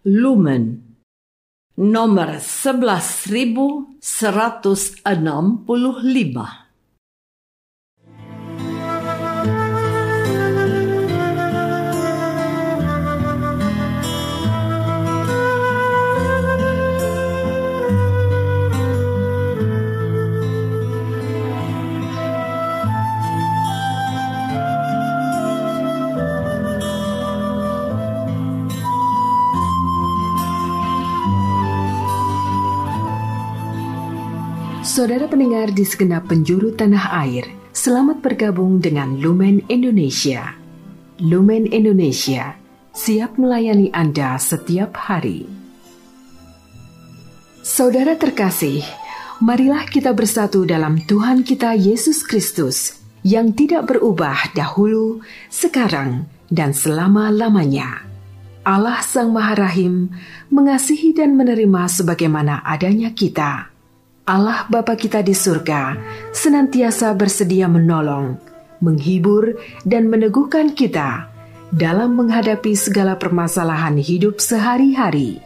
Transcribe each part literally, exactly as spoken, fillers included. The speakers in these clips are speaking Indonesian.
Lumen nomor sebelas ribu seratus enam puluh lima. Saudara pendengar di segenap penjuru tanah air, selamat bergabung dengan Lumen Indonesia. Lumen Indonesia, siap melayani Anda setiap hari. Saudara terkasih, marilah kita bersatu dalam Tuhan kita Yesus Kristus yang tidak berubah dahulu, sekarang, dan selama-lamanya. Allah Sang Maha Rahim mengasihi dan menerima sebagaimana adanya kita. Allah Bapa kita di surga senantiasa bersedia menolong, menghibur, dan meneguhkan kita dalam menghadapi segala permasalahan hidup sehari-hari.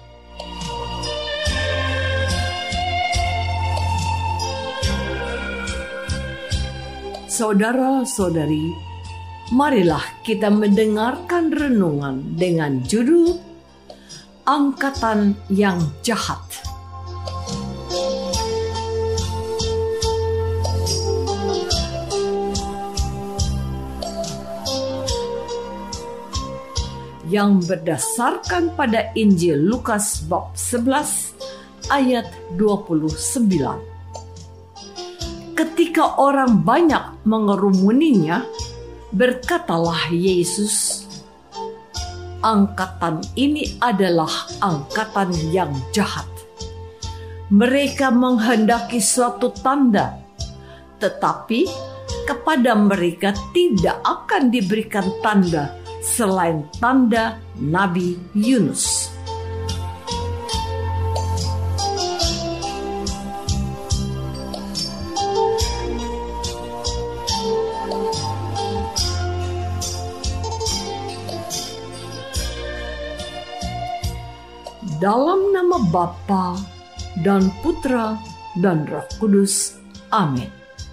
Saudara-saudari, marilah kita mendengarkan renungan dengan judul Angkatan yang Jahat. Yang berdasarkan pada Injil Lukas bab sebelas ayat dua puluh sembilan. Ketika orang banyak mengerumuninya, berkatalah Yesus, "Angkatan ini adalah angkatan yang jahat. Mereka menghendaki suatu tanda, tetapi kepada mereka tidak akan diberikan tanda selain tanda Nabi Yunus." Dalam nama Bapa dan Putra dan Roh Kudus. Amin.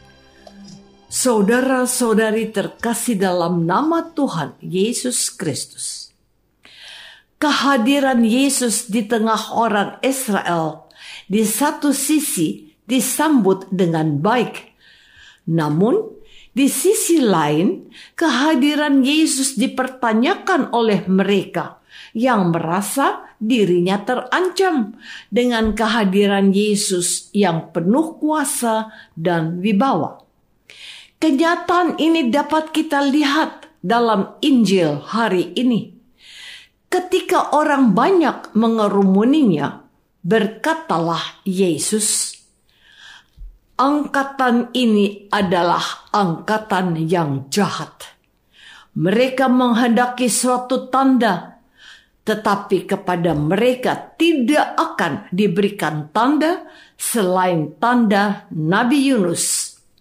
Saudara-saudari terkasih dalam nama Tuhan Yesus Kristus, kehadiran Yesus di tengah orang Israel di satu sisi disambut dengan baik. Namun, di sisi lain, kehadiran Yesus dipertanyakan oleh mereka yang merasa dirinya terancam dengan kehadiran Yesus yang penuh kuasa dan wibawa. Kenyataan ini dapat kita lihat dalam Injil hari ini. Ketika orang banyak mengerumuninya, berkatalah Yesus, "Angkatan ini adalah angkatan yang jahat. Mereka menghendaki suatu tanda, tetapi kepada mereka tidak akan diberikan tanda selain tanda Nabi Yunus.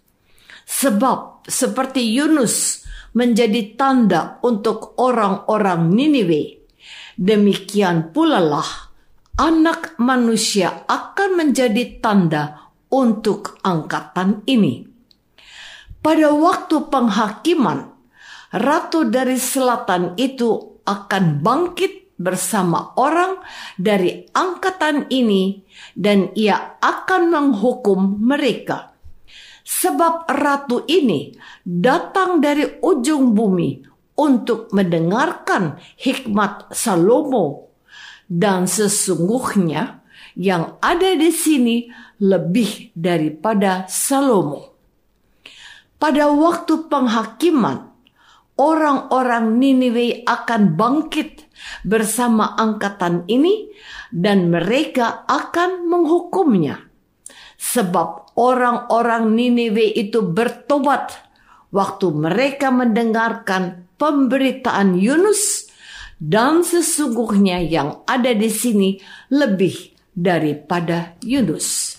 Sebab seperti Yunus menjadi tanda untuk orang-orang Niniwe, demikian pula lah Anak Manusia akan menjadi tanda untuk angkatan ini. Pada waktu penghakiman, Ratu dari Selatan itu akan bangkit bersama orang dari angkatan ini dan ia akan menghukum mereka. Sebab ratu ini datang dari ujung bumi untuk mendengarkan hikmat Salomo, dan sesungguhnya yang ada di sini lebih daripada Salomo. Pada waktu penghakiman, orang-orang Niniwe akan bangkit bersama angkatan ini dan mereka akan menghukumnya. Sebab orang-orang Niniwe itu bertobat waktu mereka mendengarkan pemberitaan Yunus, dan sesungguhnya yang ada di sini lebih daripada Yunus.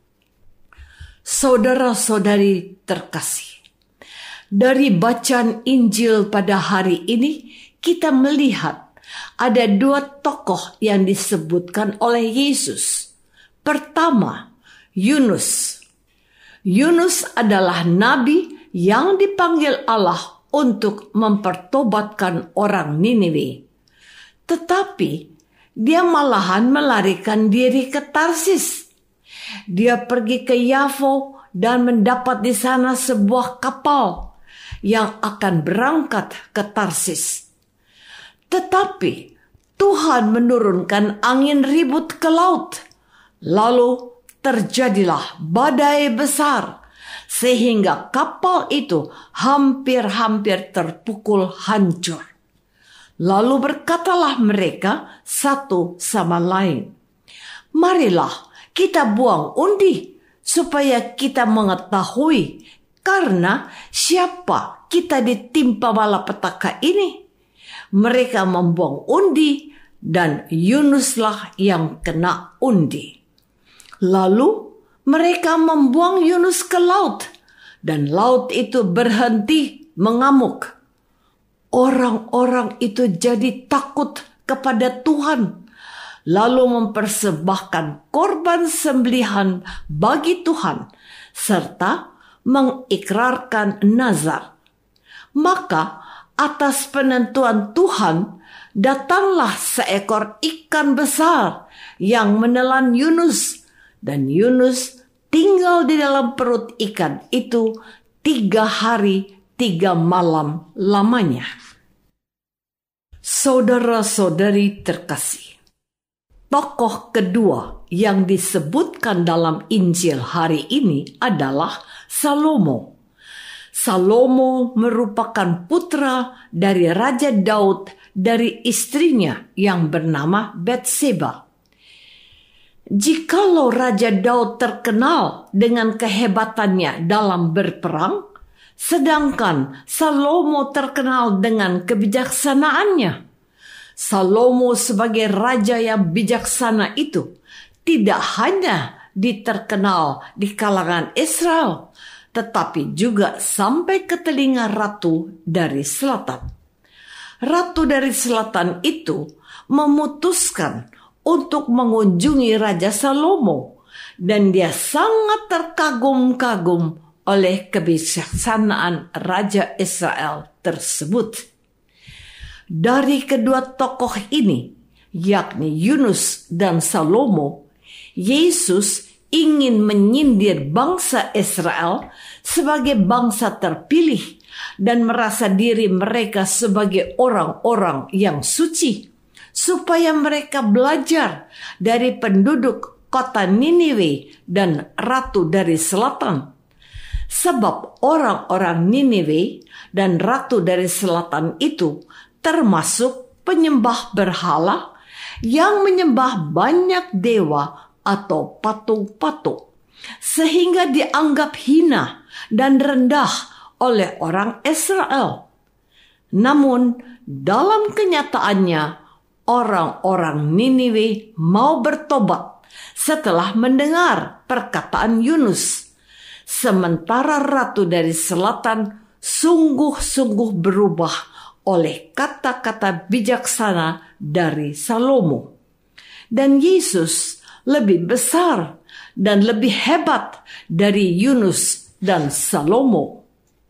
Saudara-saudari terkasih, dari bacaan Injil pada hari ini kita melihat ada dua tokoh yang disebutkan oleh Yesus. Pertama, Yunus. Yunus adalah nabi yang dipanggil Allah untuk mempertobatkan orang Niniwe. Tetapi dia malahan melarikan diri ke Tarsis. Dia pergi ke Yafo dan mendapat di sana sebuah kapal yang akan berangkat ke Tarsis. Tetapi Tuhan menurunkan angin ribut ke laut. Lalu terjadilah badai besar sehingga kapal itu hampir-hampir terpukul hancur. Lalu berkatalah mereka satu sama lain, "Marilah kita buang undi supaya kita mengetahui karena siapa kita ditimpa malapetaka ini." Mereka membuang undi dan Yunuslah yang kena undi. Lalu mereka membuang Yunus ke laut dan laut itu berhenti mengamuk. Orang-orang itu jadi takut kepada Tuhan, lalu mempersembahkan korban sembelihan bagi Tuhan, serta mengikrarkan nazar. Maka atas penentuan Tuhan, datanglah seekor ikan besar yang menelan Yunus, dan Yunus tinggal di dalam perut ikan itu tiga hari, tiga malam lamanya. Saudara-saudari terkasih, tokoh kedua yang disebutkan dalam Injil hari ini adalah Salomo. Salomo merupakan putra dari Raja Daud dari istrinya yang bernama Batseba. Jikalau Raja Daud terkenal dengan kehebatannya dalam berperang, sedangkan Salomo terkenal dengan kebijaksanaannya. Salomo sebagai raja yang bijaksana itu tidak hanya diterkenal di kalangan Israel, tetapi juga sampai ke telinga ratu dari selatan. Ratu dari selatan itu memutuskan untuk mengunjungi Raja Salomo, dan dia sangat terkagum-kagum oleh kebijaksanaan Raja Israel tersebut. Dari kedua tokoh ini, yakni Yunus dan Salomo, Yesus ingin menyindir bangsa Israel sebagai bangsa terpilih dan merasa diri mereka sebagai orang-orang yang suci, supaya mereka belajar dari penduduk kota Niniwe dan ratu dari selatan. Sebab orang-orang Niniwe dan ratu dari selatan itu termasuk penyembah berhala yang menyembah banyak dewa atau patung-patung, sehingga dianggap hina dan rendah oleh orang Israel. Namun dalam kenyataannya, orang-orang Niniwe mau bertobat setelah mendengar perkataan Yunus, sementara ratu dari selatan sungguh-sungguh berubah oleh kata-kata bijaksana dari Salomo. Dan Yesus lebih besar dan lebih hebat dari Yunus dan Salomo.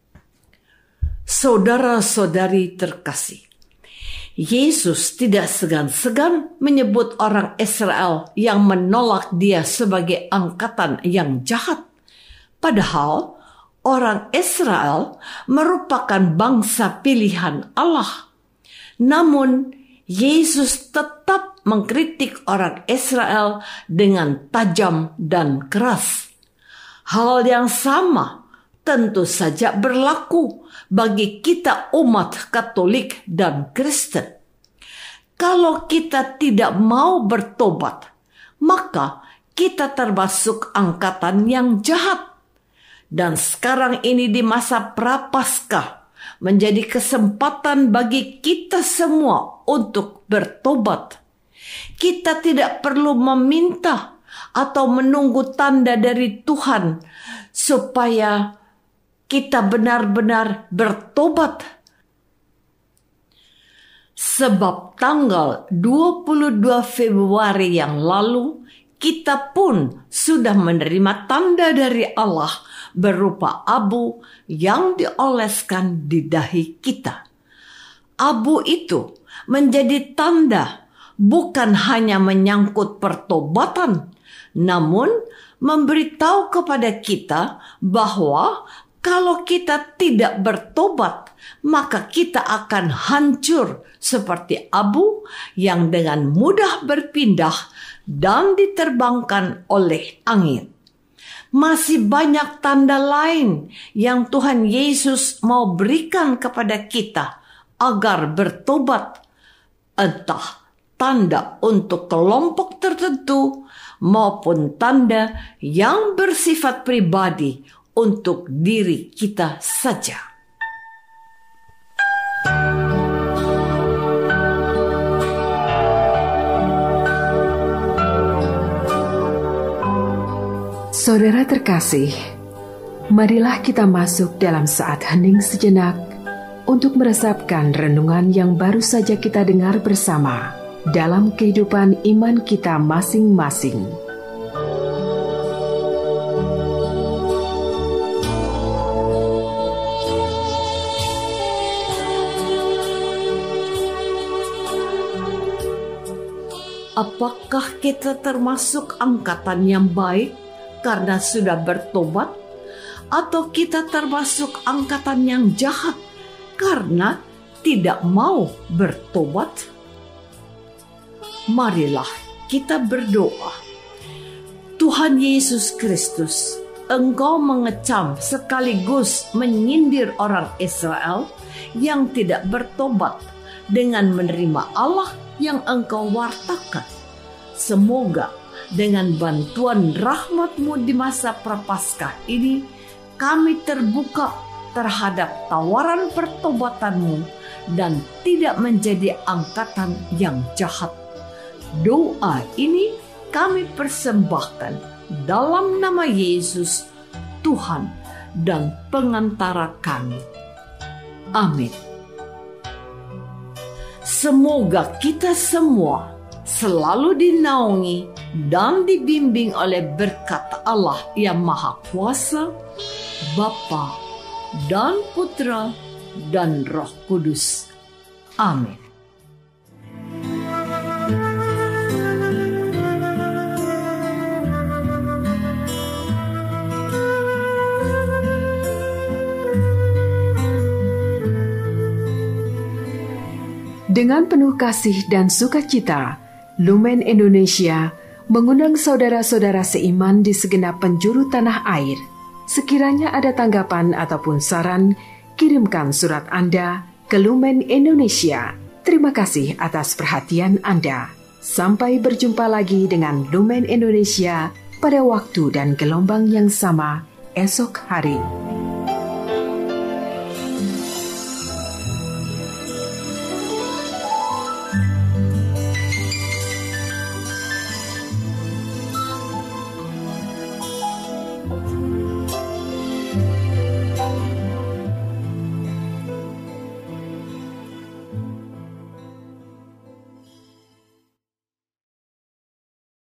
Saudara-saudari terkasih, Yesus tidak segan-segan menyebut orang Israel yang menolak dia sebagai angkatan yang jahat. Padahal orang Israel merupakan bangsa pilihan Allah. Namun Yesus tetap mengkritik orang Israel dengan tajam dan keras. Hal yang sama tentu saja berlaku bagi kita umat Katolik dan Kristen. Kalau kita tidak mau bertobat, maka kita termasuk angkatan yang jahat. Dan sekarang ini di masa Prapaskah menjadi kesempatan bagi kita semua untuk bertobat. Kita tidak perlu meminta atau menunggu tanda dari Tuhan supaya kita benar-benar bertobat. Sebab tanggal dua puluh dua Februari yang lalu, kita pun sudah menerima tanda dari Allah berupa abu yang dioleskan di dahi kita. Abu itu menjadi tanda bukan hanya menyangkut pertobatan, namun memberitahu kepada kita bahwa kalau kita tidak bertobat, maka kita akan hancur seperti abu yang dengan mudah berpindah dan diterbangkan oleh angin. Masih banyak tanda lain yang Tuhan Yesus mau berikan kepada kita agar bertobat, entah tanda untuk kelompok tertentu maupun tanda yang bersifat pribadi untuk diri kita saja. Saudara terkasih, marilah kita masuk dalam saat hening sejenak untuk meresapkan renungan yang baru saja kita dengar bersama dalam kehidupan iman kita masing-masing. Apakah kita termasuk angkatan yang baik karena sudah bertobat, atau kita termasuk angkatan yang jahat karena tidak mau bertobat? Marilah kita berdoa. Tuhan Yesus Kristus, Engkau mengecam sekaligus menyindir orang Israel yang tidak bertobat dengan menerima Allah yang Engkau wartakan. Semoga dengan bantuan rahmat-Mu di masa prapaskah ini, kami terbuka terhadap tawaran pertobatan-Mu dan tidak menjadi angkatan yang jahat. Doa ini kami persembahkan dalam nama Yesus, Tuhan dan pengantara kami. Amin. Semoga kita semua selalu dinaungi dan dibimbing oleh berkat Allah yang Maha Kuasa, Bapa dan Putra dan Roh Kudus. Amin. Dengan penuh kasih dan sukacita, Lumen Indonesia mengundang saudara-saudara seiman di segenap penjuru tanah air. Sekiranya ada tanggapan ataupun saran, kirimkan surat Anda ke Lumen Indonesia. Terima kasih atas perhatian Anda. Sampai berjumpa lagi dengan Lumen Indonesia pada waktu dan gelombang yang sama esok hari.